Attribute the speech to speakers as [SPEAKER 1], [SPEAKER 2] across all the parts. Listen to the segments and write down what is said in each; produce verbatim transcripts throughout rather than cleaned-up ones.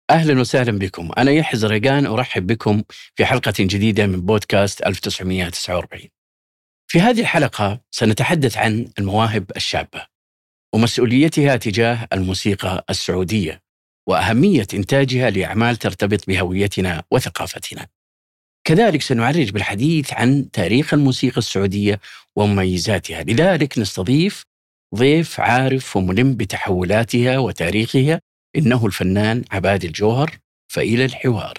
[SPEAKER 1] أهلا وسهلا بكم. أنا يحيى زريقان أرحب بكم في حلقة جديدة من بودكاست ألف وتسعمائة وتسعة وأربعين. في هذه الحلقة سنتحدث عن المواهب الشابة ومسؤوليتها تجاه الموسيقى السعودية وأهمية إنتاجها لأعمال ترتبط بهويتنا وثقافتنا. كذلك سنعرج بالحديث عن تاريخ الموسيقى السعودية ومميزاتها، لذلك نستضيف ضيف عارف وملم بتحولاتها وتاريخها، إنه الفنان عبادي الجوهر. فإلى الحوار.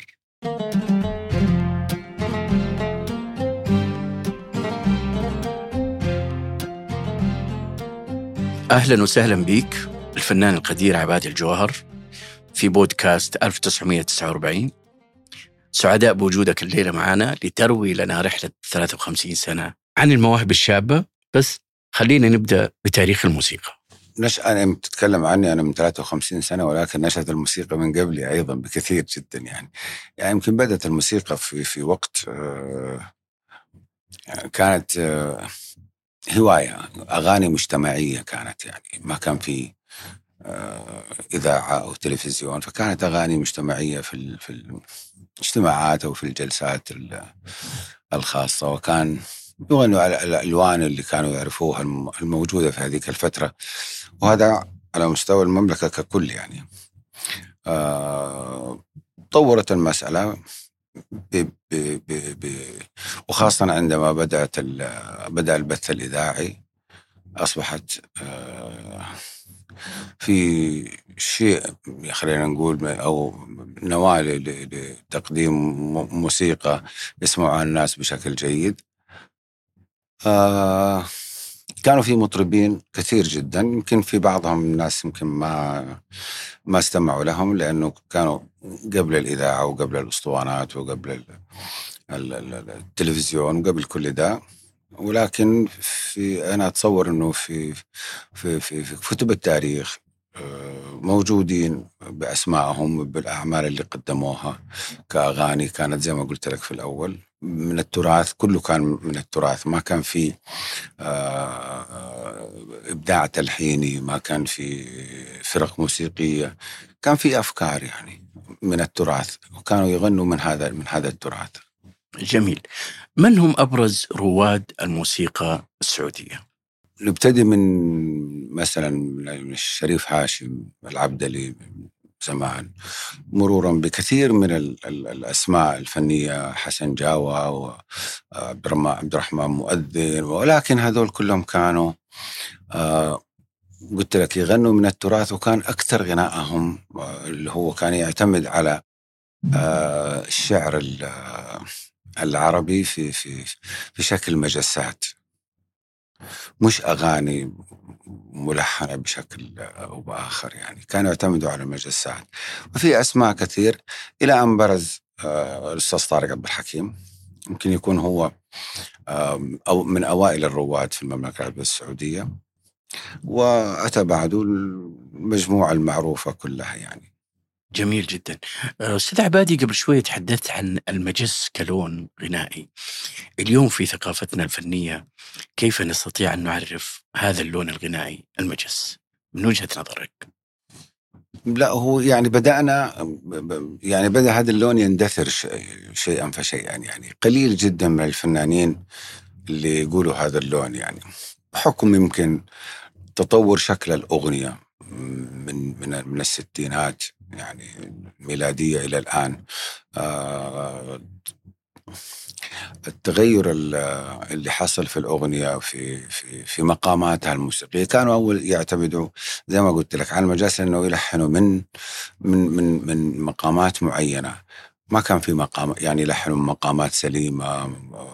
[SPEAKER 1] أهلا وسهلا بك الفنان القدير عبادي الجوهر في بودكاست ألف وتسعمائة وتسعة وأربعين. سعداء بوجودك الليلة معنا لتروي لنا رحلة ثلاث وخمسين سنة عن المواهب الشابة. بس خلينا نبدأ بتاريخ الموسيقى.
[SPEAKER 2] نشأة أنا بتتكلم عني أنا من ثلاث وخمسين سنة، ولكن نشأت الموسيقى من قبلي أيضا بكثير جدا. يعني يعني يمكن بدأت الموسيقى في في وقت آه كانت آه هواية، أغاني مجتمعية كانت، يعني ما كان في آه إذاعة أو تلفزيون، فكانت أغاني مجتمعية في في الاجتماعات أو في الجلسات الخاصة، وكان يغنوا على الألوان اللي كانوا يعرفوها الموجودة في هذه الفترة، وهذا على مستوى المملكة ككل. يعني آه طورت المسألة ب ب ب ب وخاصة عندما بدأت بدأ البث الإذاعي، أصبحت آه في شيء خلينا نقول أو نواة لتقديم موسيقى يسمعها الناس بشكل جيد. آه كانوا في مطربين كثير جدا، يمكن في بعضهم الناس يمكن ما ما استمعوا لهم لأنه كانوا قبل الإذاعة وقبل الأسطوانات وقبل التلفزيون وقبل كل ده. ولكن في أنا أتصور أنه في في في, في كتب التاريخ موجودين بأسمائهم بالأعمال اللي قدموها كأغاني، كانت زي ما قلت لك في الأول من التراث، كله كان من التراث، ما كان في إبداع تلحيني، ما كان في فرق موسيقية، كان في أفكار يعني من التراث، وكانوا يغنوا من هذا من هذا التراث.
[SPEAKER 1] جميل. من هم أبرز رواد الموسيقى السعودية؟
[SPEAKER 2] نبتدي من مثلا من الشريف هاشم العبدلي زمان، مرورا بكثير من الأسماء الفنية، حسن جاوة وعبد الرحمن مؤذن، ولكن هذول كلهم كانوا آه قلت لك يغنوا من التراث، وكان أكثر غنائهم اللي هو كان يعتمد على آه الشعر العربي في في في شكل مجسات، مش أغاني ملحنة بشكل أو بآخر، يعني كانوا يعتمدوا على المجسات. وفي أسماء كثير إلى أن برز الأستاذ طارق عبد الحكيم، يمكن يكون هو أو من أوائل الرواد في المملكة العربية السعودية، وأتى بعده المجموعة المعروفة كلها. يعني
[SPEAKER 1] جميل جدا. أستاذ عبادي، قبل شوية تحدثت عن المجس كلون غنائي. اليوم في ثقافتنا الفنية كيف نستطيع أن نعرف هذا اللون الغنائي المجس من وجهة نظرك؟
[SPEAKER 2] لا، هو يعني بدأنا يعني بدأ هذا اللون يندثر شيئا فشيئا، يعني قليل جدا من الفنانين اللي يقولوا هذا اللون، يعني بحكم يمكن تطور شكل الأغنية من من من الستينات يعني ميلادية إلى الآن. آه التغير اللي حصل في الأغنية في في في مقاماتها الموسيقية، كانوا أول يعتمدوا زي ما قلت لك على المجاز، إنه يلحنوا من من من من مقامات معينة، ما كان في مقام يعني يلحنوا مقامات سليمة،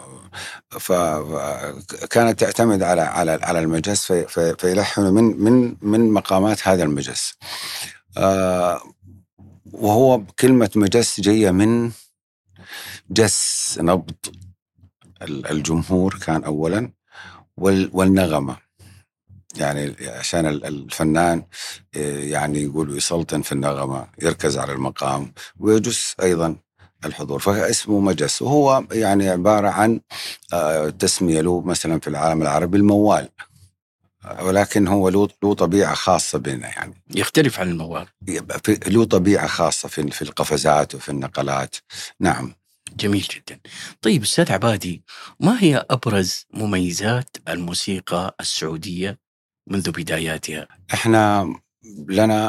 [SPEAKER 2] فكانت تعتمد على على على المجاز في فيلحنوا من من من مقامات هذا المجاز. آه وهو كلمة مجاز جاية من جس، نبض الجمهور كان أولا، والنغمة، يعني عشان الفنان يعني يقولوا يسلطن في النغمة، يركز على المقام ويجس أيضا الحضور، فاسمه مجس. وهو يعني عبارة عن تسمية له مثلا في العالم العربي الموال، ولكن هو له له طبيعة خاصة بنا، يعني
[SPEAKER 1] يختلف عن الموال.
[SPEAKER 2] له طبيعة خاصة في في القفزات وفي النقلات. نعم.
[SPEAKER 1] جميل جدا. طيب أستاذ عبادي، ما هي أبرز مميزات الموسيقى السعودية منذ بداياتها؟
[SPEAKER 2] احنا لنا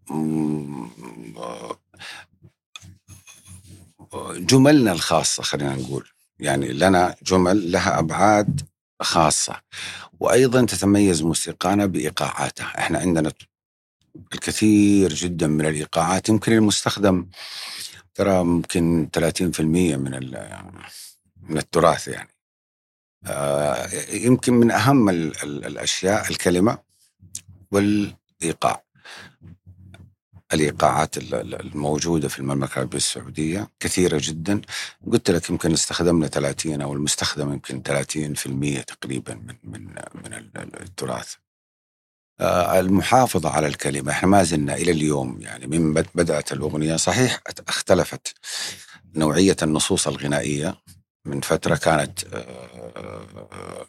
[SPEAKER 2] جملنا الخاصة، خلينا نقول يعني لنا جمل لها أبعاد خاصة، وأيضا تتميز موسيقانا بإيقاعاتها. احنا عندنا الكثير جدا من الإيقاعات، يمكن المستخدم ترى ممكن ثلاثين بالمئة من من التراث يعني. آه يمكن من أهم ال ال الأشياء الكلمة والإيقاع. الإيقاعات الموجودة في المملكة العربية السعودية كثيرة جدا. قلت لك يمكن استخدمنا ثلاثين، أو المستخدم يمكن ثلاثين بالمئة تقريبا من من من التراث. آه المحافظة على الكلمة، احنا ما زلنا إلى اليوم يعني من بدأت الأغنية، صحيح اختلفت نوعية النصوص الغنائية. من فترة كانت آه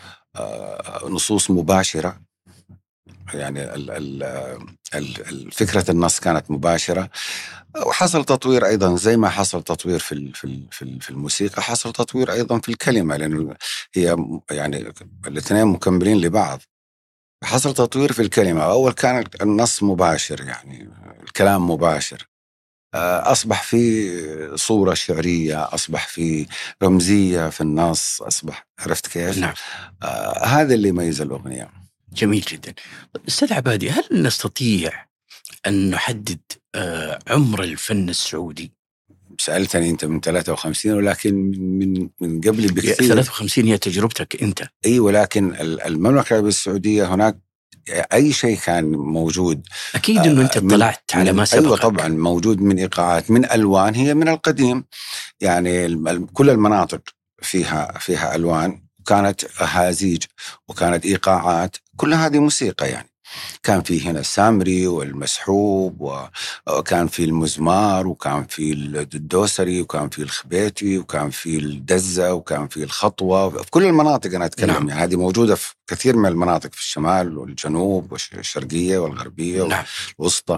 [SPEAKER 2] آه نصوص مباشرة، يعني ال ال ال فكرة النص كانت مباشرة، وحصل تطوير أيضا زي ما حصل تطوير في في في الموسيقى، حصل تطوير أيضا في الكلمة، لأن هي يعني الاثنين مكملين لبعض. حصل تطوير في الكلمة. أول كان النص مباشر، يعني الكلام مباشر، أصبح في صورة شعرية، أصبح في رمزية في النص، أصبح، عرفت كيف؟
[SPEAKER 1] نعم.
[SPEAKER 2] آه هذا اللي يميز الأغنية.
[SPEAKER 1] جميل جدا. أستاذ عبادي، هل نستطيع أن نحدد آه عمر الفن السعودي؟
[SPEAKER 2] سألتني أنت من ثلاثة وخمسين، ولكن من من قبل بكثير.
[SPEAKER 1] ثلاثة وخمسين هي تجربتك أنت.
[SPEAKER 2] أي، ولكن المملكة العربية السعودية هناك أي شيء كان موجود.
[SPEAKER 1] أكيد أنه أنت اطلعت على ما سبقك.
[SPEAKER 2] أيوة طبعا موجود من إيقاعات، من ألوان، هي من القديم يعني. كل المناطق فيها فيها ألوان، وكانت أهازيج وكانت إيقاعات، كل هذه موسيقى يعني. كان في هنا السامري والمسحوب، وكان في المزمار، وكان في الدوسري، وكان في الخبيتي، وكان في الدزة، وكان في الخطوة. في كل المناطق أنا أتكلم. نعم. يعني هذه موجودة في كثير من المناطق، في الشمال والجنوب والشرقية والغربية. نعم. والوسطى.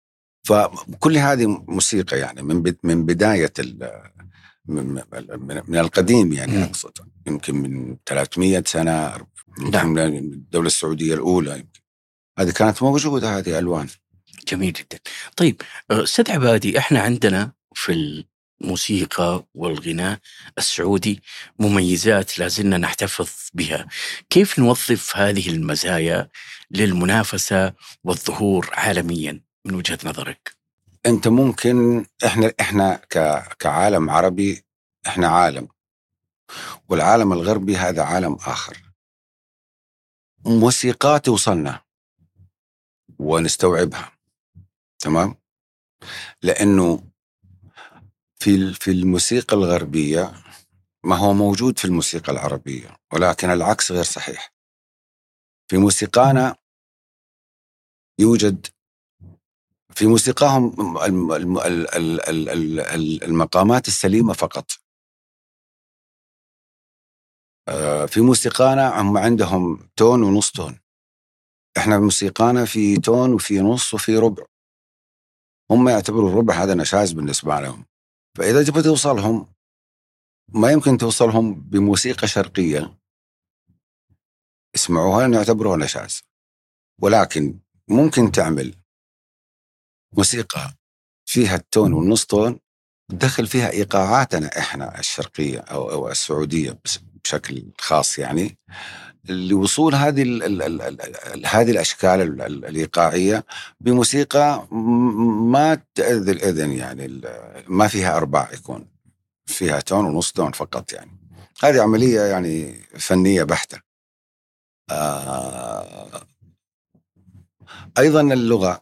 [SPEAKER 2] فكل هذه موسيقى يعني من من بداية من من القديم يعني. م. أقصد يمكن من ثلاثمئة سنة، يمكن. نعم. من الدولة السعودية الأولى يمكن. هذه كانت موجودة، هذه ألوان.
[SPEAKER 1] جميل جدا. طيب أستاذ عبادي، احنا عندنا في الموسيقى والغناء السعودي مميزات لازلنا نحتفظ بها. كيف نوظف هذه المزايا للمنافسة والظهور عالميا من وجهة نظرك؟
[SPEAKER 2] أنت ممكن، إحنا إحنا كعالم عربي، إحنا عالم، والعالم الغربي هذا عالم آخر. موسيقى توصلنا ونستوعبها، تمام؟ لأنه في في الموسيقى الغربية ما هو موجود في الموسيقى العربية، ولكن العكس غير صحيح. في موسيقانا يوجد في موسيقاهم المقامات السليمة فقط. في موسيقانا هم عندهم تون ونص تون. احنا موسيقانا في تون وفي نص وفي ربع. هم يعتبروا الربع هذا نشاز بالنسبة لهم. فإذا تبغى توصلهم، ما يمكن توصلهم بموسيقى شرقية اسمعوها نعتبروها نشاز، ولكن ممكن تعمل موسيقى فيها التون والنص تون، تدخل فيها إيقاعاتنا إحنا الشرقية أو, أو السعودية بشكل خاص، يعني لوصول هذه ال ال ال ال هذه الأشكال ال ال الإيقاعية بموسيقى ما تأذي الأذن، يعني ما فيها أرباع، يكون فيها تون ونص تون فقط. يعني هذه عملية يعني فنية بحتة. آه أيضا اللغة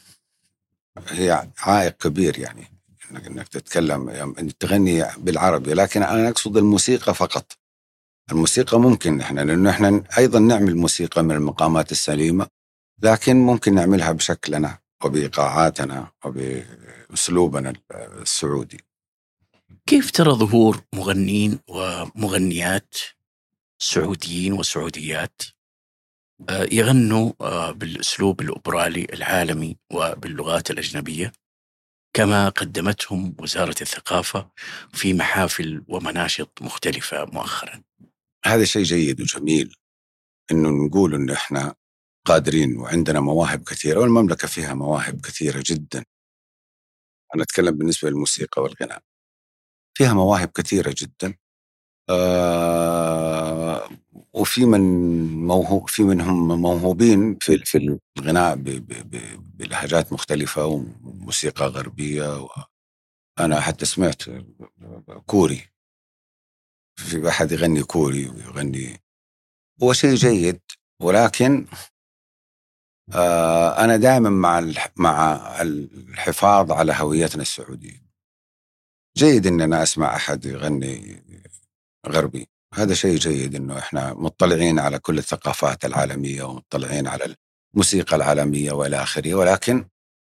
[SPEAKER 2] هي عائق كبير، يعني إنك, إنك تتكلم يعني تغني بالعربي، لكن أنا أقصد الموسيقى فقط. الموسيقى ممكن إحنا، لأنه إحنا أيضا نعمل موسيقى من المقامات السليمة، لكن ممكن نعملها بشكلنا وبإيقاعاتنا وبأسلوبنا السعودي.
[SPEAKER 1] كيف ترى ظهور مغنين ومغنيات سعوديين وسعوديات آه، يغنوا آه، بالأسلوب الأوبرالي العالمي وباللغات الأجنبية كما قدمتهم وزارة الثقافة في محافل ومناشط مختلفة مؤخرا.
[SPEAKER 2] هذا شيء جيد وجميل، إنه نقول إنه إحنا قادرين وعندنا مواهب كثيرة، والمملكة فيها مواهب كثيرة جدا. أنا أتكلم بالنسبة للموسيقى والغناء، فيها مواهب كثيرة جدا. آه وفي من موهوب، في منهم موهوبين في في الغناء ب- ب- ب- بلهجات مختلفة وموسيقى غربية. وأنا حتى سمعت كوري، في أحد يغني كوري ويغني، هو شيء جيد. ولكن آه أنا دائما مع الح- مع الحفاظ على هويتنا السعودية. جيد إن أنا أسمع أحد يغني غربي، هذا شيء جيد، إنه إحنا مطلعين على كل الثقافات العالمية ومطلعين على الموسيقى العالمية وإلى آخره. ولكن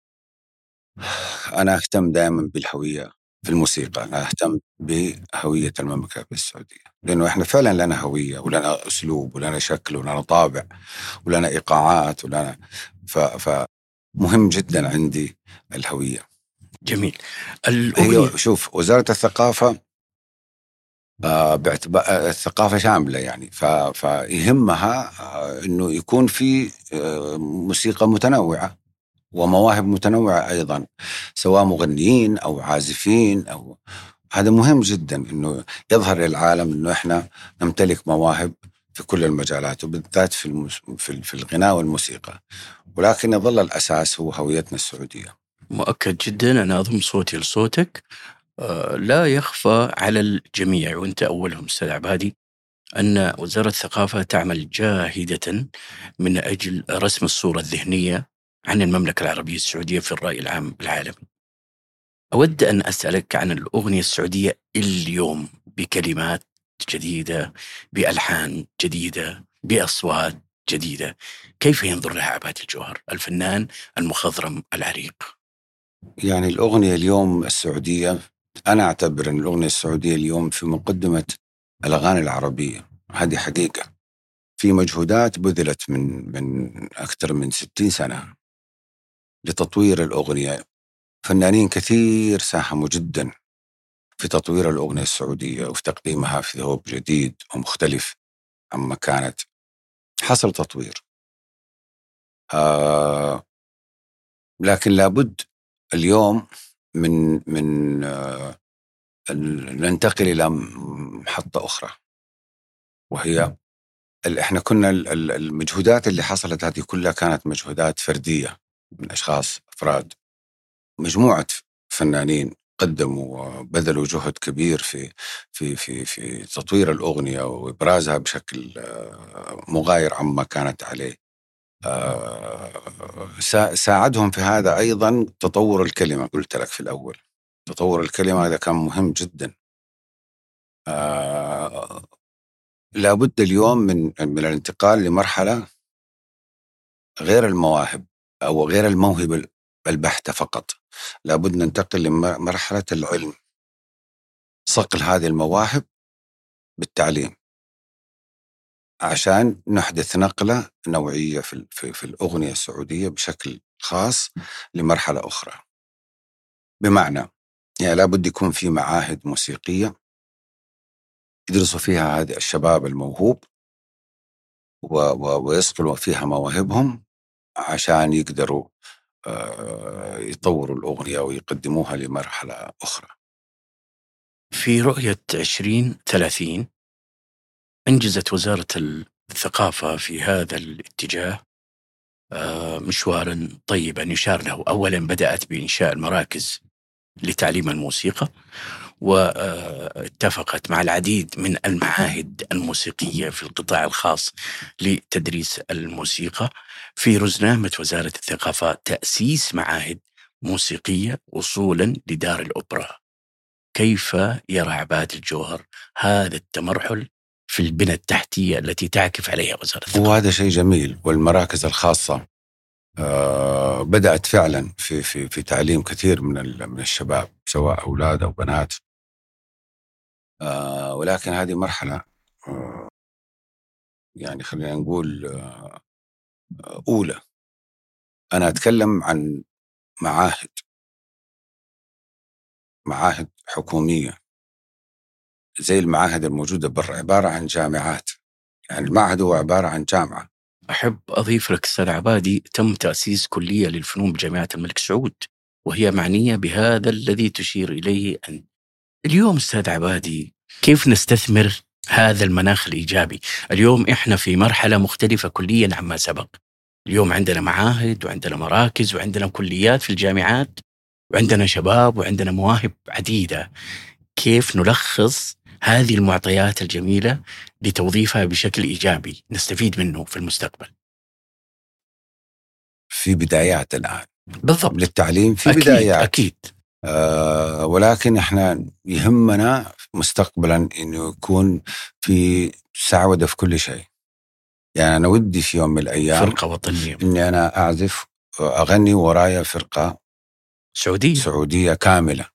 [SPEAKER 2] أنا أهتم دائما بالهوية في الموسيقى، أنا أهتم بهوية المملكة السعودية، لأنه إحنا فعلا لنا هوية ولنا أسلوب ولنا شكل ولنا طابع ولنا إيقاعات ولنا ف... فمهم جدا عندي الهوية.
[SPEAKER 1] جميل.
[SPEAKER 2] هي
[SPEAKER 1] الأغنية.
[SPEAKER 2] شوف، وزارة الثقافة آه، باعتبار الثقافة شاملة يعني، ف- فيهمها آه، إنه يكون في آه، موسيقى متنوعة ومواهب متنوعة أيضا، سواء مغنيين أو عازفين أو، هذا مهم جدا إنه يظهر للعالم إنه إحنا نمتلك مواهب في كل المجالات، وبالذات في المس... في ال- في الغناء والموسيقى. ولكن يظل الأساس هو هويتنا السعودية.
[SPEAKER 1] مؤكد جدا، أنا أضم صوتي لصوتك. آه، لا يخفى على الجميع وأنت أولهم أستاذ عبادي أن وزارة الثقافة تعمل جاهدة من أجل رسم الصورة الذهنية عن المملكة العربية السعودية في الرأي العام العالمي. أود أن أسألك عن الأغنية السعودية اليوم بكلمات جديدة، بألحان جديدة، بأصوات جديدة. كيف ينظر لها عبادي الجوهر الفنان المخضرم العريق؟
[SPEAKER 2] يعني الأغنية اليوم السعودية، أنا أعتبر أن الأغنية السعودية اليوم في مقدمة الأغاني العربية. هذه حقيقة، في مجهودات بذلت من من أكثر من ستين سنة لتطوير الأغنية. فنانين كثير ساهموا جدا في تطوير الأغنية السعودية وفي تقديمها في ثوب جديد ومختلف عما كانت. حصل تطوير، آه لكن لابد اليوم من من آه ننتقل إلى محطة أخرى، وهي ال- احنا كنا ال- ال- المجهودات اللي حصلت هذه كلها كانت مجهودات فردية من أشخاص أفراد، مجموعة فنانين قدموا وبذلوا جهد كبير في في في في تطوير الأغنية وإبرازها بشكل آه، مغاير عما كانت عليه. آه، سا- ساعدهم في هذا أيضا تطور الكلمة. قلت لك في الأول، تطور الكلمة هذا كان مهم جدا. آه، لابد اليوم من من الانتقال لمرحلة غير المواهب أو غير الموهبة البحتة فقط. لابد ننتقل لمرحلة العلم، صقل هذه المواهب بالتعليم، عشان نحدث نقلة نوعية في, في, في الأغنية السعودية بشكل خاص لمرحلة أخرى. بمعنى يعني لابد يكون في معاهد موسيقية يدرسوا فيها هذه الشباب الموهوب و و ويصقلوا فيها مواهبهم عشان يقدروا آه، يطوروا الأغنية ويقدموها لمرحلة أخرى.
[SPEAKER 1] في رؤية عشرين ثلاثين أنجزت وزارة الثقافة في هذا الاتجاه آه، مشوارا طيبا يشار له. أولا بدأت بإنشاء المراكز لتعليم الموسيقى، واتفقت مع العديد من المعاهد الموسيقية في القطاع الخاص لتدريس الموسيقى. في رزنامة وزارة الثقافة تأسيس معاهد موسيقية وصولا لدار الأوبرا. كيف يرى عباد الجوهر هذا التمرحل في البنى التحتية التي تعكف عليها وزارة الثقافة؟
[SPEAKER 2] وهذا شيء جميل. والمراكز الخاصة آه بدأت فعلا في في في تعليم كثير من من الشباب، سواء أولاد أو بنات. آه ولكن هذه مرحلة، آه يعني خلينا نقول، آه أولى أنا أتكلم عن معاهد معاهد حكومية زي المعاهد الموجودة برا، عبارة عن جامعات. يعني المعهد هو عبارة عن جامعة.
[SPEAKER 1] أحب أضيف لك أستاذ عبادي، تم تأسيس كلية للفنون بجامعة الملك سعود، وهي معنية بهذا الذي تشير إليه أنت. اليوم أستاذ عبادي، كيف نستثمر هذا المناخ الإيجابي؟ اليوم إحنا في مرحلة مختلفة كليا عما سبق. اليوم عندنا معاهد وعندنا مراكز وعندنا كليات في الجامعات وعندنا شباب وعندنا مواهب عديدة. كيف نلخص هذه المعطيات الجميلة لتوظيفها بشكل إيجابي نستفيد منه في المستقبل؟
[SPEAKER 2] في بدايات الآن
[SPEAKER 1] بالضبط.
[SPEAKER 2] للتعليم، في
[SPEAKER 1] أكيد
[SPEAKER 2] بدايات
[SPEAKER 1] أكيد.
[SPEAKER 2] آه ولكن احنا يهمنا مستقبلا انه يكون في سعودة في كل شيء. يعني انا ودي في يوم من الايام
[SPEAKER 1] فرقة وطنية
[SPEAKER 2] اني انا اعزف اغني ورايا فرقة
[SPEAKER 1] سعودية
[SPEAKER 2] سعودية كاملة.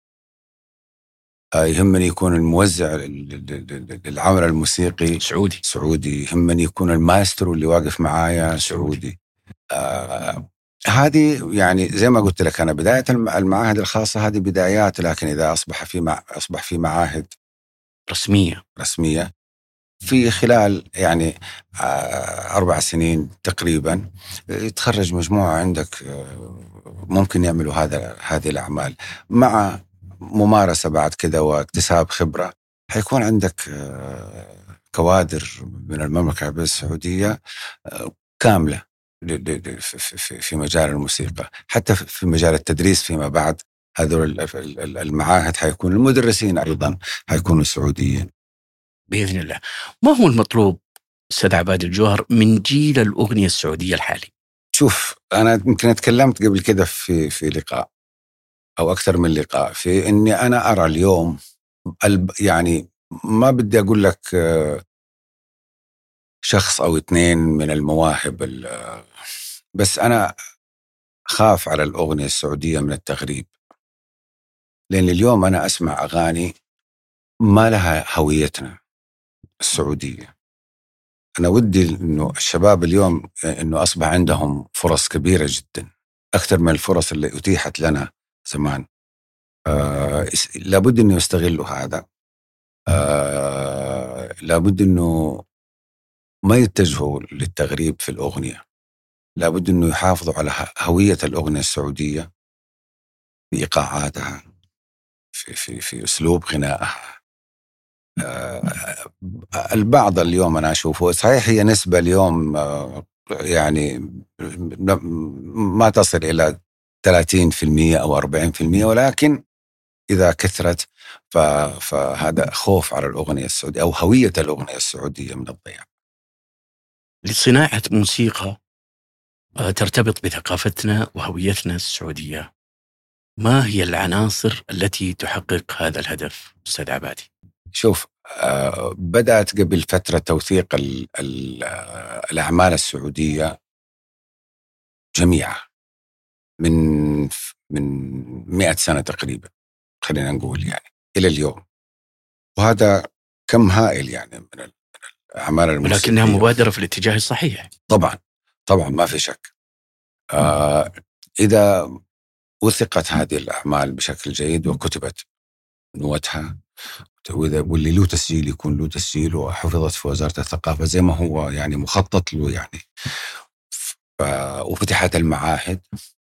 [SPEAKER 2] آه يهمني يكون الموزع للعمل الموسيقي
[SPEAKER 1] سعودي
[SPEAKER 2] سعودي، يهمني يكون المايسترو اللي واقف معايا سعودي. آه هذه يعني زي ما قلت لك أنا، بداية المعاهد الخاصة هذه بدايات، لكن إذا أصبح في مع أصبح في معاهد
[SPEAKER 1] رسمية
[SPEAKER 2] رسمية في خلال يعني آه أربع سنين تقريبا يتخرج مجموعة عندك آه ممكن يعملوا هذا هذه الأعمال، مع ممارسة بعد كذا واكتساب خبرة. حيكون عندك آه كوادر من المملكة العربية السعودية آه كاملة في مجال الموسيقى، حتى في مجال التدريس فيما بعد. هذول المعاهد حيكون المدرسين أيضا حيكونوا سعوديين
[SPEAKER 1] بإذن الله. ما هو المطلوب أستاذ عبادي الجوهر من جيل الأغنية السعودية الحالي؟
[SPEAKER 2] شوف، أنا يمكن تكلمت قبل كده في في لقاء أو أكثر من لقاء في إني أنا أرى اليوم يعني ما بدي أقول لك شخص أو اثنين من المواهب، بس أنا خاف على الأغنية السعودية من التغريب. لأن اليوم أنا أسمع أغاني ما لها هويتنا السعودية. أنا ودي إنه الشباب اليوم إنه أصبح عندهم فرص كبيرة جدا، أكثر من الفرص اللي أتيحت لنا زمان. آه لابد إنه يستغلوا هذا. آه لابد إنه ما يتجهوا للتغريب في الأغنية. لابد إنه يحافظوا على هوية الأغنية السعودية بإيقاعاتها، في في في أسلوب غنائها. آه البعض اليوم أنا أشوفه صحيح هي نسبة اليوم آه يعني ما تصل إلى ثلاثين بالمئة أو أربعين بالمئة، ولكن إذا كثرت فهذا خوف على الأغنية السعودية أو هوية الأغنية السعودية من الضياع.
[SPEAKER 1] لصناعة موسيقى ترتبط بثقافتنا وهويتنا السعودية، ما هي العناصر التي تحقق هذا الهدف أستاذ عبادي؟
[SPEAKER 2] شوف، آه بدأت قبل فترة توثيق ال ال الأعمال السعودية جميعها من من مئة سنة تقريبا، خلينا نقول يعني إلى اليوم. وهذا كم هائل يعني من الأعمال الموسيقية،
[SPEAKER 1] ولكنها مبادرة في الاتجاه الصحيح.
[SPEAKER 2] طبعا طبعا ما في شك. آه إذا وثقت هذه الأعمال بشكل جيد وكتبت نوتها، واللي له تسجيل يكون له تسجيل وحفظت في وزارة الثقافة زي ما هو يعني مخطط له يعني، وفتحت المعاهد،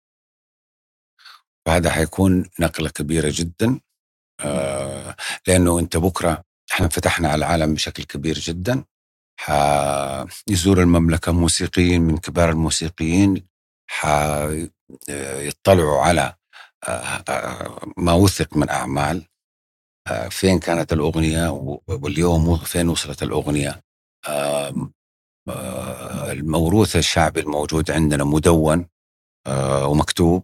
[SPEAKER 2] فهذا حيكون نقلة كبيرة جدا. آه لأنه أنت بكرة احنا فتحنا على العالم بشكل كبير جدا. حيزور المملكة موسيقيين من كبار الموسيقيين، حيطلعوا على ما وثق من أعمال، فين كانت الأغنية واليوم فين وصلت الأغنية. الموروث الشعبي الموجود عندنا مدون ومكتوب،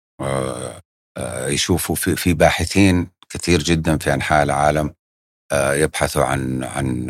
[SPEAKER 2] يشوفوا في باحثين كثير جدا في أنحاء العالم يبحثوا عن عن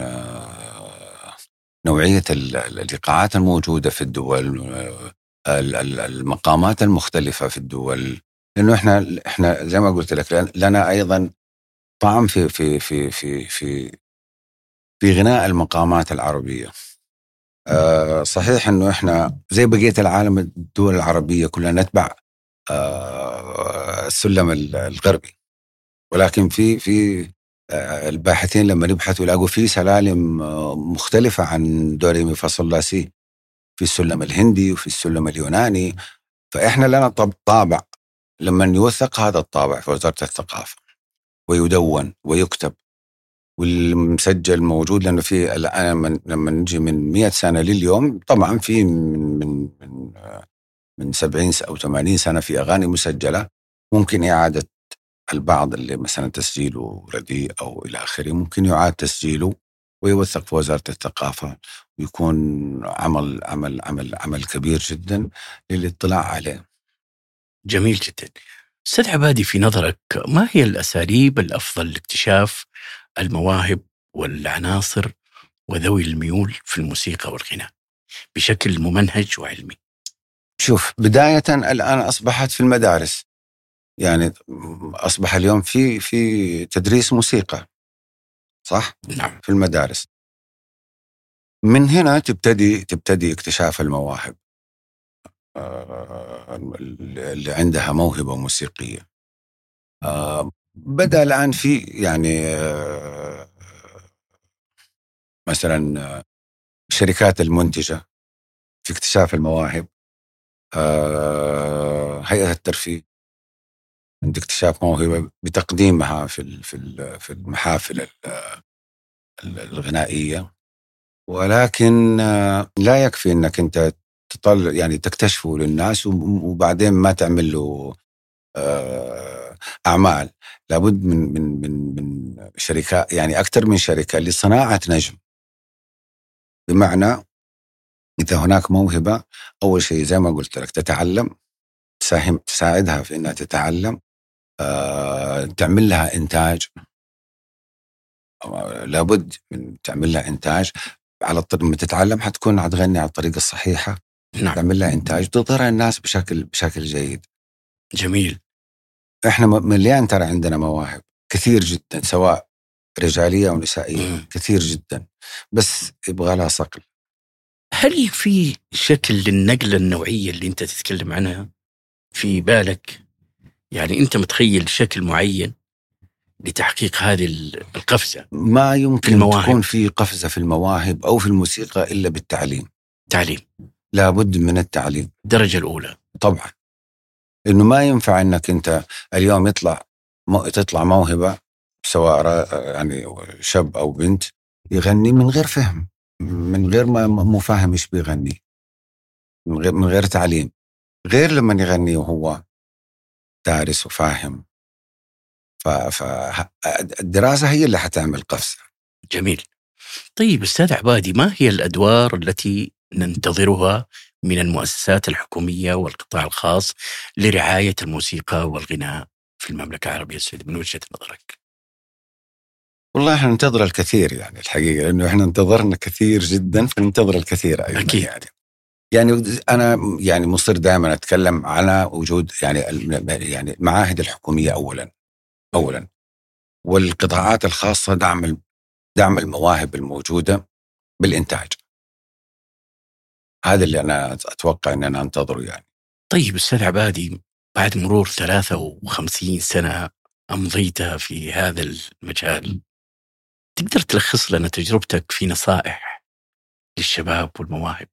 [SPEAKER 2] نوعية الإيقاعات الموجودة في الدول، المقامات المختلفة في الدول. لأنه إحنا إحنا زي ما قلت لك لنا أيضا طعم في في في في في في غناء المقامات العربية. آه صحيح أنه إحنا زي بقية العالم، الدول العربية كلها نتبع آه السلم الغربي، ولكن في في آه الباحثين لما يبحثوا يلاقوا في سلالم آه مختلفة عن دوري مي فا صول لا سي، في السلم الهندي وفي السلم اليوناني. فإحنا لنا طابع لما يوثق هذا الطابع في وزارة الثقافة ويدون ويكتب والمسجل موجود، لأنه في الآن لما نجي من مئة سنة لليوم طبعا في من من من من سبعين أو ثمانين سنة في أغاني مسجلة، ممكن إعادة البعض اللي مثلا تسجيله رديء أو إلى آخره ممكن يعاد تسجيله ويوثق في وزارة الثقافة، ويكون عمل عمل عمل عمل كبير جدا للاطلاع عليه.
[SPEAKER 1] جميل جدا. أستاذ عبادي، في نظرك ما هي الأساليب الأفضل لاكتشاف المواهب والعناصر وذوي الميول في الموسيقى والغناء بشكل ممنهج وعلمي؟
[SPEAKER 2] شوف، بداية الآن أصبحت في المدارس، يعني أصبح اليوم في في تدريس موسيقى، صح؟
[SPEAKER 1] نعم.
[SPEAKER 2] في المدارس. من هنا تبتدي تبتدي اكتشاف المواهب اللي عندها موهبة موسيقية. بدأ الآن في يعني مثلا الشركات المنتجة في اكتشاف المواهب، هيئة الترفيه عند اكتشاف موهبة بتقديمها في في المحافل الغنائية. ولكن لا يكفي انك انت تطلع يعني تكتشفه للناس وبعدين ما تعمل له اعمال. لابد من من من من شركات، يعني اكثر من شركة لصناعة نجم. بمعنى اذا هناك موهبة، اول شيء زي ما قلت لك تتعلم، تساهم تساعدها في انها تتعلم، تعمل لها انتاج. لابد من تعمل لها انتاج على الطريق. لما تتعلم حتكون هتغني على الطريقة الصحيحة.
[SPEAKER 1] نعم.
[SPEAKER 2] تعمل لها إنتاج تظهرها الناس بشكل بشكل جيد.
[SPEAKER 1] جميل.
[SPEAKER 2] إحنا مليان ترى عندنا مواهب كثير جدا، سواء رجالية أو نسائية. م. كثير جدا، بس يبغى لها صقل.
[SPEAKER 1] هل في شكل للنقلة النوعية اللي أنت تتكلم عنها في بالك؟ يعني أنت متخيل شكل معين لتحقيق هذه القفزة؟
[SPEAKER 2] ما يمكن تكون في قفزة في المواهب أو في الموسيقى إلا بالتعليم.
[SPEAKER 1] تعليم،
[SPEAKER 2] لابد من التعليم
[SPEAKER 1] الدرجة الأولى
[SPEAKER 2] طبعا. إنه ما ينفع إنك أنت اليوم يطلع تطلع موهبة، سواء يعني شاب أو بنت، يغني من غير فهم، من غير ما مو فاهم إيش بيغني، من غير من غير تعليم، غير لما يغني وهو دارس وفاهم. فالدراسة هي اللي حتعمل قفزة.
[SPEAKER 1] جميل. طيب أستاذ عبادي، ما هي الأدوار التي ننتظرها من المؤسسات الحكومية والقطاع الخاص لرعاية الموسيقى والغناء في المملكة العربية السعودية من وجهة نظرك؟
[SPEAKER 2] والله احنا ننتظر الكثير يعني الحقيقة، لأنه احنا انتظرنا كثير جدا، فننتظر الكثير أيضا.
[SPEAKER 1] أكيد.
[SPEAKER 2] يعني يعني أنا يعني مصر دائما أتكلم على وجود يعني يعني المعاهد الحكومية أولا أولا والقطاعات الخاصة دعم دعم المواهب الموجودة بالإنتاج. هذا اللي أنا أتوقع أن أنا أنتظره يعني.
[SPEAKER 1] طيب أستاذ عبادي، بعد مرور ثلاثة وخمسين سنة أمضيتها في هذا المجال، تقدر تلخص لنا تجربتك في نصائح للشباب والمواهب؟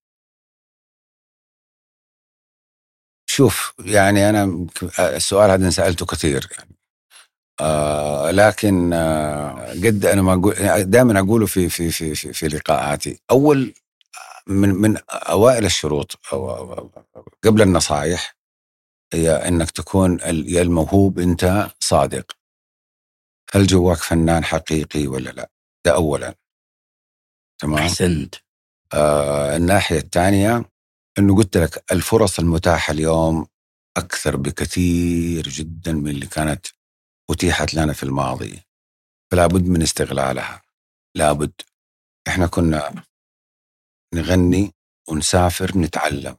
[SPEAKER 2] شوف، يعني أنا السؤال هذا سألته كثير يعني، آه لكن آه قد أنا ما أقول، دائما أقوله في في في في, في لقاءاتي. أول من من أوائل الشروط أو, أو قبل النصائح هي أنك تكون يا الموهوب أنت صادق، هل جواك فنان حقيقي ولا لا؟ ده أولا. تمام.
[SPEAKER 1] أحسنت.
[SPEAKER 2] آه الناحية الثانية أنه قلت لك الفرص المتاحة اليوم أكثر بكثير جدا من اللي كانت أتيحت لنا في الماضي، فلا بد من استغلالها. لابد. إحنا كنا نغني ونسافر نتعلم،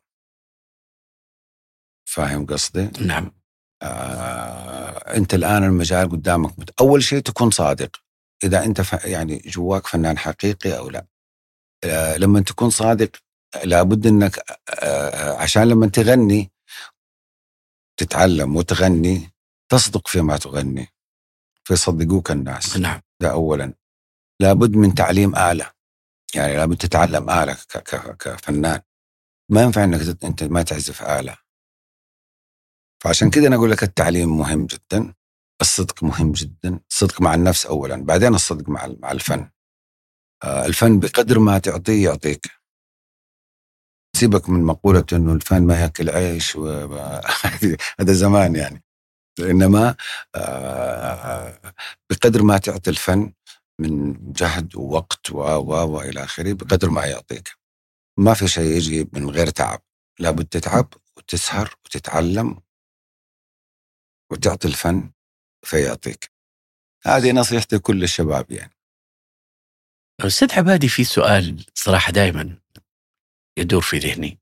[SPEAKER 2] فاهم قصدي؟
[SPEAKER 1] نعم.
[SPEAKER 2] آه، أنت الآن المجال قدامك، أول شيء تكون صادق إذا أنت ف... يعني جواك فنان حقيقي أو لا. لما تكون صادق لابد أنك عشان لما تغني تتعلم وتغني تصدق فيما تغني فيصدقوك الناس.
[SPEAKER 1] نعم.
[SPEAKER 2] ده أولا. لابد من تعليم آلة، يعني لابد تتعلم آلة كفنان. ما ينفع أنك أنت ما تعزف آلة. فعشان كده أنا أقول لك التعليم مهم جدا، الصدق مهم جدا، الصدق مع النفس أولا، بعدين الصدق مع مع الفن. آه الفن بقدر ما تعطيه يعطيك. سيبك من مقولة إنه الفن ما يأكل عيش و... هذا زمان يعني. إنما آه بقدر ما تعطي الفن من جهد ووقت و و وإلى آخره بقدر ما يعطيك. ما في شيء يجي من غير تعب، لابد تتعب وتسهر وتتعلم وتعطي الفن فيعطيك. هذه نصيحتي لكل الشباب يعني.
[SPEAKER 1] أستاذ عبادي، في سؤال صراحة دائما يدور في ذهني.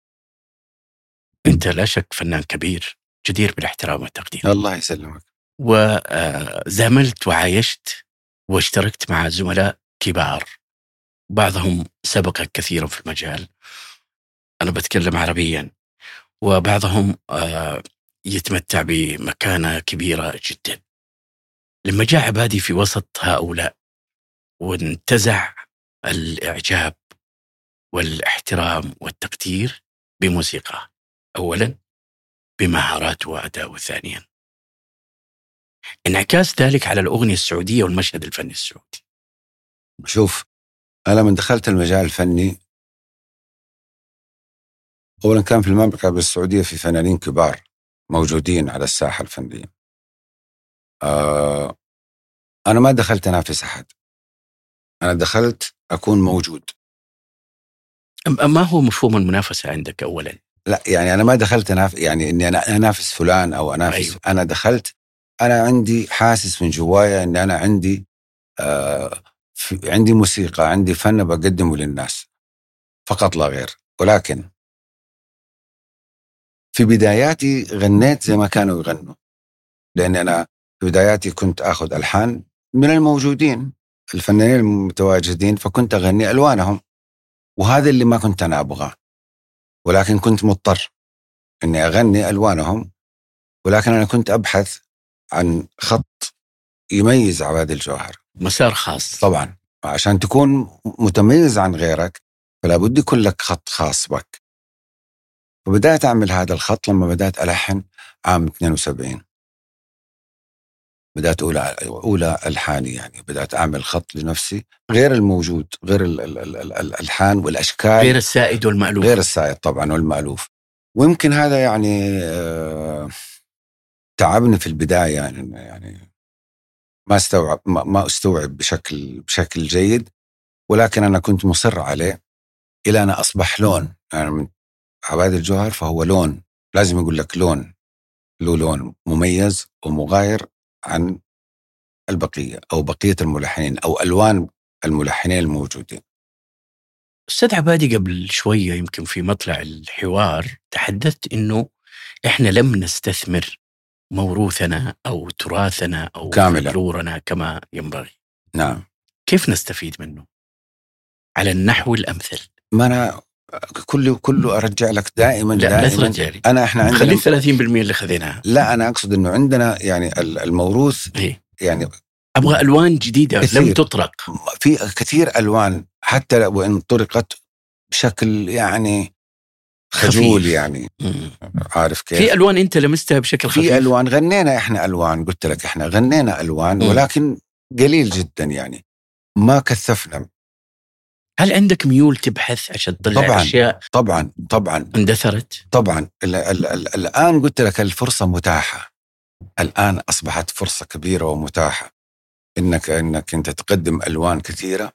[SPEAKER 1] أنت لا شك فنان كبير جدير بالاحترام والتقدير.
[SPEAKER 2] الله يسلمك.
[SPEAKER 1] وزاملت وعايشت واشتركت مع زملاء كبار، بعضهم سبقك كثيرا في المجال، أنا بتكلم عربيا، وبعضهم يتمتع بمكانة كبيرة جدا. لما جاء عبادي في وسط هؤلاء وانتزع الإعجاب والاحترام والتقدير بموسيقى أولا، بمهارات وأداء ثانيا، انعكاس ذلك على الأغنية السعودية والمشهد الفني السعودي.
[SPEAKER 2] شوف، أنا من دخلت المجال الفني أولا كان في المملكة العربية السعودية في فنانين كبار موجودين على الساحة الفنية. آه أنا ما دخلت أنافس أحد، أنا دخلت أكون موجود.
[SPEAKER 1] ما هو مفهوم المنافسة عندك أولا؟
[SPEAKER 2] لا يعني أنا ما دخلت أنافس يعني إني أنا أنافس فلان أو أنافس. أيوه. أنا دخلت أنا عندي حاسس من جوايا إن أنا عندي آه عندي موسيقى، عندي فن بقدمه للناس فقط لا غير. ولكن في بداياتي غنيت زي ما كانوا يغنوا، لأن أنا في بداياتي كنت أخذ ألحان من الموجودين الفنانين المتواجدين، فكنت أغني ألوانهم، وهذا اللي ما كنت أنا أبغاه، ولكن كنت مضطر إني أغني ألوانهم. ولكن أنا كنت أبحث عن خط يميز عبادي الجوهر،
[SPEAKER 1] مسار خاص.
[SPEAKER 2] طبعا عشان تكون متميز عن غيرك فلا بد يكون لك خط خاص بك. وبدأت أعمل هذا الخط لما بدأت ألحن عام اثنين وسبعين. بدأت أولى أولى ألحاني، يعني بدأت أعمل خط لنفسي غير الموجود، غير ال ال ال ال الألحان والأشكال،
[SPEAKER 1] غير السائد والمألوف.
[SPEAKER 2] غير السائد طبعا والمألوف. ويمكن هذا يعني آه تعبني في البداية، يعني يعني ما استوعب ما, ما استوعب بشكل بشكل جيد، ولكن أنا كنت مصر عليه إلى أن أصبح لون. يعني من عبادي الجوهر فهو لون، لازم يقول لك لون، له لون مميز ومغاير عن البقية أو بقية الملحنين أو ألوان الملحنين الموجودين.
[SPEAKER 1] أستاذ عبادي، قبل شوية يمكن في مطلع الحوار تحدثت إنه إحنا لم نستثمر موروثنا أو تراثنا أو فلكلورنا كما ينبغي.
[SPEAKER 2] نعم.
[SPEAKER 1] كيف نستفيد منه على النحو الأمثل؟
[SPEAKER 2] ما أنا كله كله أرجع لك دائما.
[SPEAKER 1] لا
[SPEAKER 2] دائما
[SPEAKER 1] لا ترجع لي.
[SPEAKER 2] أنا إحنا عندنا
[SPEAKER 1] خلي ثلاثين بالمئة اللي خذيناها.
[SPEAKER 2] لا أنا أقصد إنه عندنا يعني الموروث.
[SPEAKER 1] إيه؟
[SPEAKER 2] يعني
[SPEAKER 1] أبغى ألوان جديدة كثير. لم تطرق.
[SPEAKER 2] في كثير ألوان حتى وإن طرقت بشكل يعني خجول خفيف. يعني مم. عارف كيف؟
[SPEAKER 1] في ألوان أنت لمستها بشكل خفيف.
[SPEAKER 2] في ألوان غنينا إحنا ألوان، قلت لك إحنا غنينا ألوان مم. ولكن قليل جدا، يعني ما كثفنا.
[SPEAKER 1] هل عندك ميول تبحث عشان تطلع
[SPEAKER 2] طبعاً
[SPEAKER 1] أشياء؟
[SPEAKER 2] طبعا طبعا
[SPEAKER 1] اندثرت.
[SPEAKER 2] طبعا ال ال ال الآن قلت لك الفرصة متاحة، الآن أصبحت فرصة كبيرة ومتاحة إنك إنك أنت تقدم ألوان كثيرة،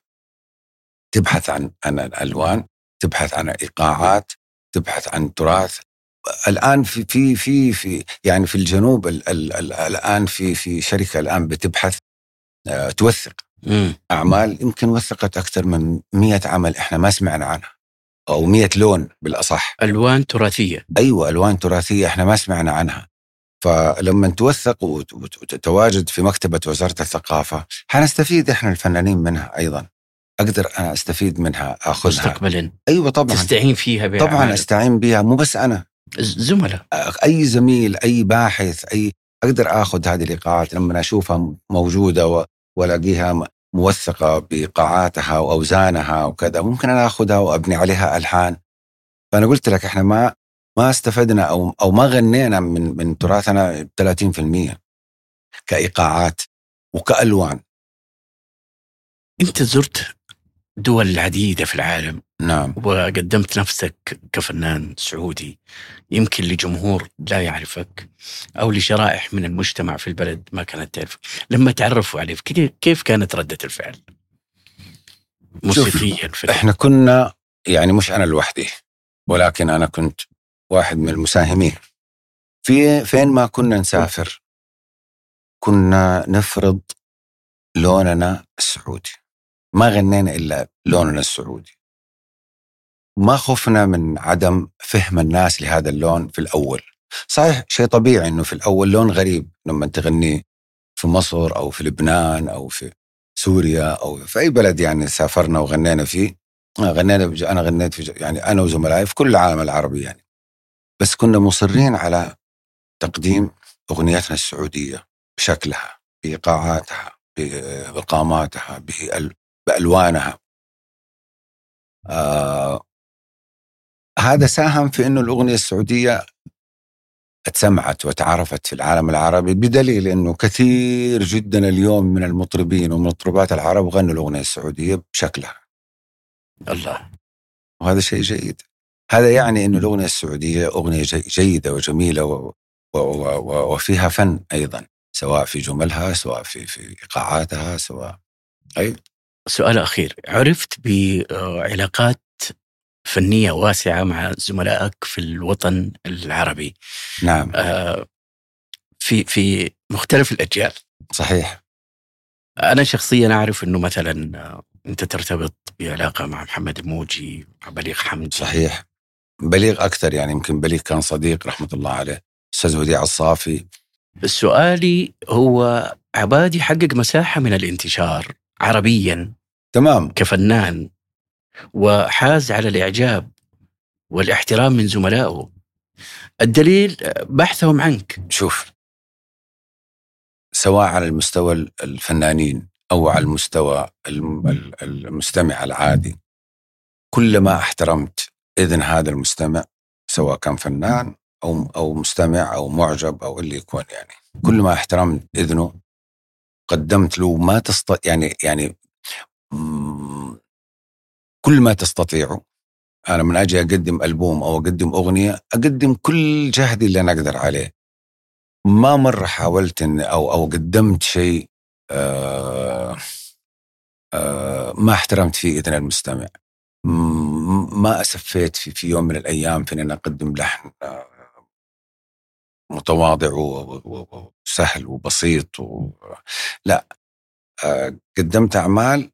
[SPEAKER 2] تبحث عن عن الألوان، تبحث عن إيقاعات، تبحث عن تراث. الآن في في في في يعني في الجنوب ال ال ال الآن في في شركة الآن بتبحث آه توثق
[SPEAKER 1] مم.
[SPEAKER 2] أعمال، يمكن وثقت أكثر من مئة عمل إحنا ما سمعنا عنها، أو مئة لون بالأصح،
[SPEAKER 1] ألوان تراثية.
[SPEAKER 2] أيوة ألوان تراثية إحنا ما سمعنا عنها. فلما توثق وتتواجد في مكتبة وزارة الثقافة حنستفيد إحنا الفنانين منها أيضا. أقدر أنا أستفيد منها أخذها
[SPEAKER 1] مستقبلا.
[SPEAKER 2] أيوة طبعا
[SPEAKER 1] تستعين فيها بأعمال.
[SPEAKER 2] طبعا أستعين بها، مو بس أنا،
[SPEAKER 1] زملاء،
[SPEAKER 2] أي زميل، أي باحث، أي أقدر أخذ هذه الإيقاعات لما أشوفها موجودة وألاقيها موثقة بقاعاتها وأوزانها وكذا، ممكن أنا أخذها وأبني عليها ألحان. فأنا قلت لك إحنا ما ما استفدنا أو أو ما غنينا من من تراثنا ثلاثين بالمئة كإيقاعات وكألوان.
[SPEAKER 1] أنت زرت دول عديدة في العالم.
[SPEAKER 2] نعم.
[SPEAKER 1] وقدمت نفسك كفنان سعودي، يمكن لجمهور لا يعرفك أو لشرائح من المجتمع في البلد ما كانت تعرف. لما تعرفوا عليك كيف كانت ردة الفعل موسيقيا؟
[SPEAKER 2] إحنا كنا يعني مش أنا لوحدي، ولكن أنا كنت واحد من المساهمين. في فين ما كنا نسافر كنا نفرض لوننا السعودي، ما غنينا إلا لوننا السعودي. ما خفنا من عدم فهم الناس لهذا اللون في الأول. صحيح شيء طبيعي إنه في الأول لون غريب لما تغني في مصر أو في لبنان أو في سوريا أو في أي بلد يعني سافرنا وغنينا فيه. غنينا أنا غنيت في يعني أنا وزملائي في كل العالم العربي يعني، بس كنا مصرين على تقديم أغنيتنا السعودية بشكلها، بإيقاعاتها، بقاماتها، بألوانها. آه هذا ساهم في إنه الأغنية السعودية اتسمعت وتعرفت في العالم العربي، بدليل إنه كثير جدا اليوم من المطربين ومطربات العرب غنوا الأغنية السعودية بشكلها.
[SPEAKER 1] الله.
[SPEAKER 2] وهذا شيء جيد. هذا يعني إنه الأغنية السعودية أغنية جيدة وجميلة و... و... و... وفيها فن أيضا، سواء في جملها سواء في في إيقاعاتها سواء. أي
[SPEAKER 1] سؤال أخير، عرفت بعلاقات فنية واسعة مع زملائك في الوطن العربي.
[SPEAKER 2] نعم.
[SPEAKER 1] آه في في مختلف الأجيال.
[SPEAKER 2] صحيح.
[SPEAKER 1] أنا شخصيا أعرف أنه مثلا أنت ترتبط بعلاقة مع محمد الموجي، مع بليغ حمدي.
[SPEAKER 2] صحيح. بليغ أكثر يعني، يمكن بليغ كان صديق رحمة الله عليه. أستاذ وديع الصافي.
[SPEAKER 1] سؤالي هو عبادي حقق مساحة من الانتشار عربيا
[SPEAKER 2] تمام
[SPEAKER 1] كفنان، وحاز على الإعجاب والاحترام من زملائه. الدليل بحثهم عنك.
[SPEAKER 2] شوف، سواء على المستوى الفنانين أو على المستوى المستمع العادي، كلما احترمت إذن هذا المستمع، سواء كان فنان أو أو مستمع أو معجب أو اللي يكون يعني، كل ما احترمت إذنه قدمت له ما تستطيع يعني يعني كل ما تستطيعه. أنا من أجي أقدم ألبوم أو أقدم أغنية أقدم كل جهدي اللي أنا أقدر عليه. ما مرة حاولت إن أو أو قدمت شيء آآ آآ ما احترمت فيه إذن المستمع. ما أسفيت في في يوم من الأيام في أن أقدم لحن متواضع وسهل وبسيط و... لا، قدمت أعمال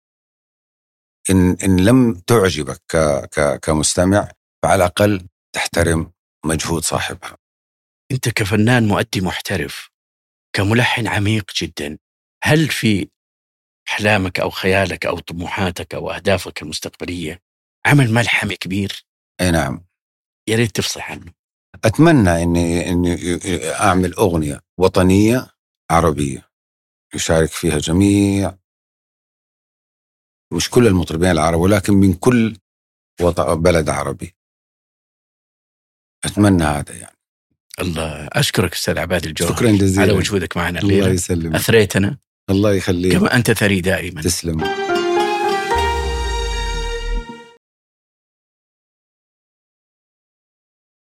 [SPEAKER 2] إن إن لم تعجبك ك ك كمستمع فعلى الأقل تحترم مجهود صاحبها.
[SPEAKER 1] أنت كفنان مؤدي محترف، كملحن عميق جدا، هل في أحلامك أو خيالك أو طموحاتك أو أهدافك المستقبلية عمل ملحمي كبير؟
[SPEAKER 2] أي نعم.
[SPEAKER 1] يا ريت تفصح عنه.
[SPEAKER 2] أتمنى إني إني أعمل أغنية وطنية عربية يشارك فيها جميع، مش كل المطربين العرب ولكن من كل بلد عربي. أتمنى هذا يعني.
[SPEAKER 1] الله. أشكرك أستاذ عبادي الجوهري.
[SPEAKER 2] شكرا جزيلا
[SPEAKER 1] على وجودك معنا الليلة.
[SPEAKER 2] الله يسلمك.
[SPEAKER 1] أثريتنا.
[SPEAKER 2] الله يخليك.
[SPEAKER 1] كما أنت ثري دائما.
[SPEAKER 2] تسلم.